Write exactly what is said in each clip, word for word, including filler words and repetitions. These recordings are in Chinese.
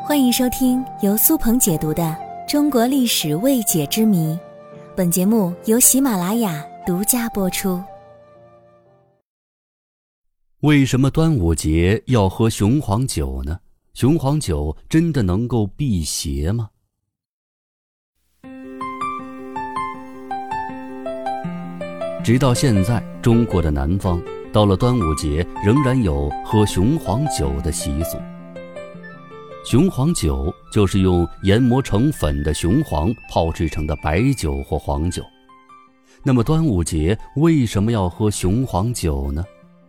欢迎收听由苏鹏解读的中国历史未解之谜，本节目由喜马拉雅独家播出。 为什么端午节要喝雄黄酒呢？雄黄酒真的能够辟邪吗？直到现在，中国的南方到了端午节仍然有喝雄黄酒的习俗。雄黄酒就是用研磨成粉的雄黄泡制成的白酒或黄酒。那么端午节为什么要喝雄黄酒呢？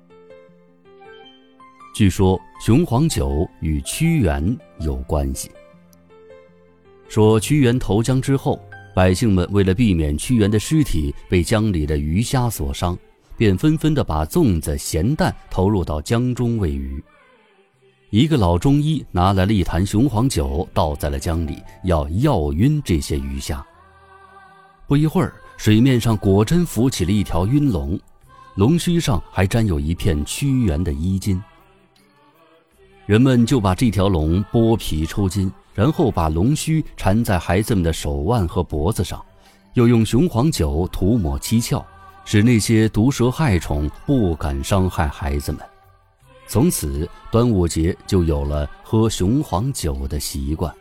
据说雄黄酒与屈原有关系。说屈原投江之后，百姓们为了避免屈原的尸体被江里的鱼虾所伤，便纷纷地把粽子、咸蛋投入到江中喂鱼。一个老中医拿来了一坛雄黄酒，倒在了江里，要药晕这些鱼虾。不一会儿，水面上果真浮起了一条晕龙，龙须上还沾有一片屈原的衣襟。人们就把这条龙剥皮抽筋，然后把龙须缠在孩子们的手腕和脖子上，又用雄黄酒涂抹七窍，使那些毒蛇害虫不敢伤害孩子们。从此端午节就有了喝雄黄酒的习惯。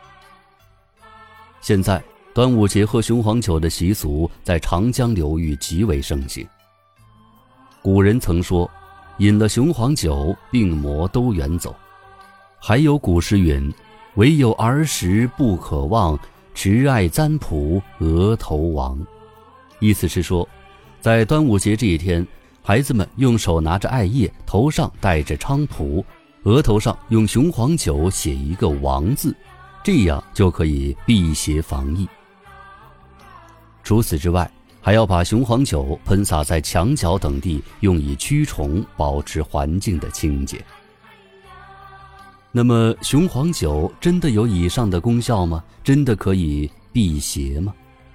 现在端午节喝雄黄酒的习俗在长江流域极为盛行。古人曾说，饮了雄黄酒，病魔都远走。还有古诗云，唯有儿时不可忘，持爱簪仆额头王。意思是说，在端午节这一天，孩子们用手拿着艾叶，头上戴着菖蒲，额头上用雄黄酒写一个王字，这样就可以辟邪防疫。除此之外，还要把雄黄酒喷洒在墙角等地，用以驱虫，保持环境的清洁。那么雄黄酒真的有以上的功效吗？真的可以辟邪吗？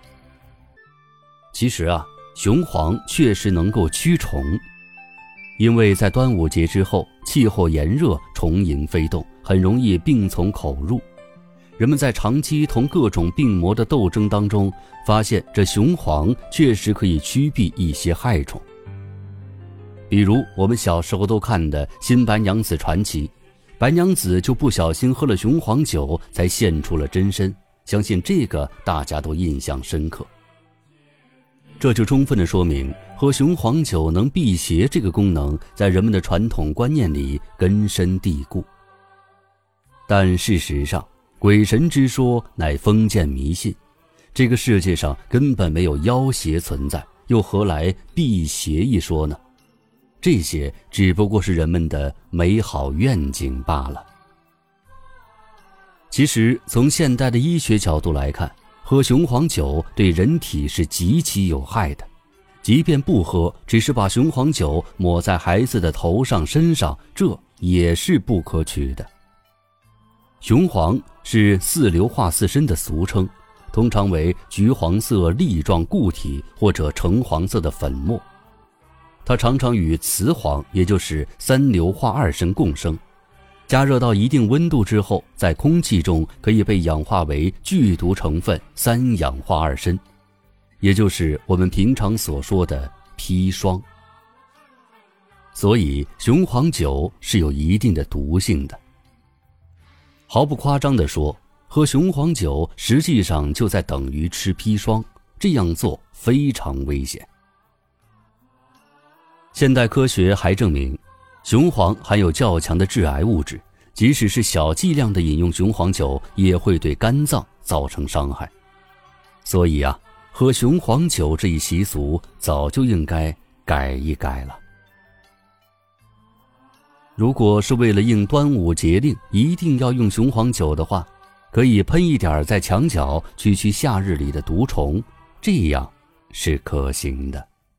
其实啊，雄黄确实能够驱虫，因为在端午节之后，气候炎热，虫蝇飞动，很容易病从口入。人们在长期同各种病魔的斗争当中，发现这雄黄确实可以驱避一些害虫。比如我们小时候都看的《新白娘子传奇》，白娘子就不小心喝了雄黄酒，才现出了真身，相信这个大家都印象深刻。这就充分地说明，喝雄黄酒能辟邪这个功能在人们的传统观念里根深蒂固。但事实上，鬼神之说乃封建迷信，这个世界上根本没有妖邪存在，又何来辟邪一说呢？这些只不过是人们的美好愿景罢了。其实从现代的医学角度来看，喝雄黄酒对人体是极其有害的，即便不喝，只是把雄黄酒抹在孩子的头上身上，这也是不可取的。雄黄是四硫化四砷的俗称，通常为橘黄色粒状固体或者橙黄色的粉末。它常常与雌黄，也就是三硫化二砷共生，加热到一定温度之后，在空气中可以被氧化为剧毒成分三氧化二砷，也就是我们平常所说的砒霜。所以雄黄酒是有一定的毒性的。毫不夸张地说，喝雄黄酒实际上就在等于吃砒霜，这样做非常危险。现代科学还证明，雄黄含有较强的致癌物质，即使是小剂量的饮用雄黄酒，也会对肝脏造成伤害。所以啊，喝雄黄酒这一习俗早就应该改一改了。如果是为了应端午节令一定要用雄黄酒的话，可以喷一点在墙角，驱驱夏日里的毒虫，这样是可行的。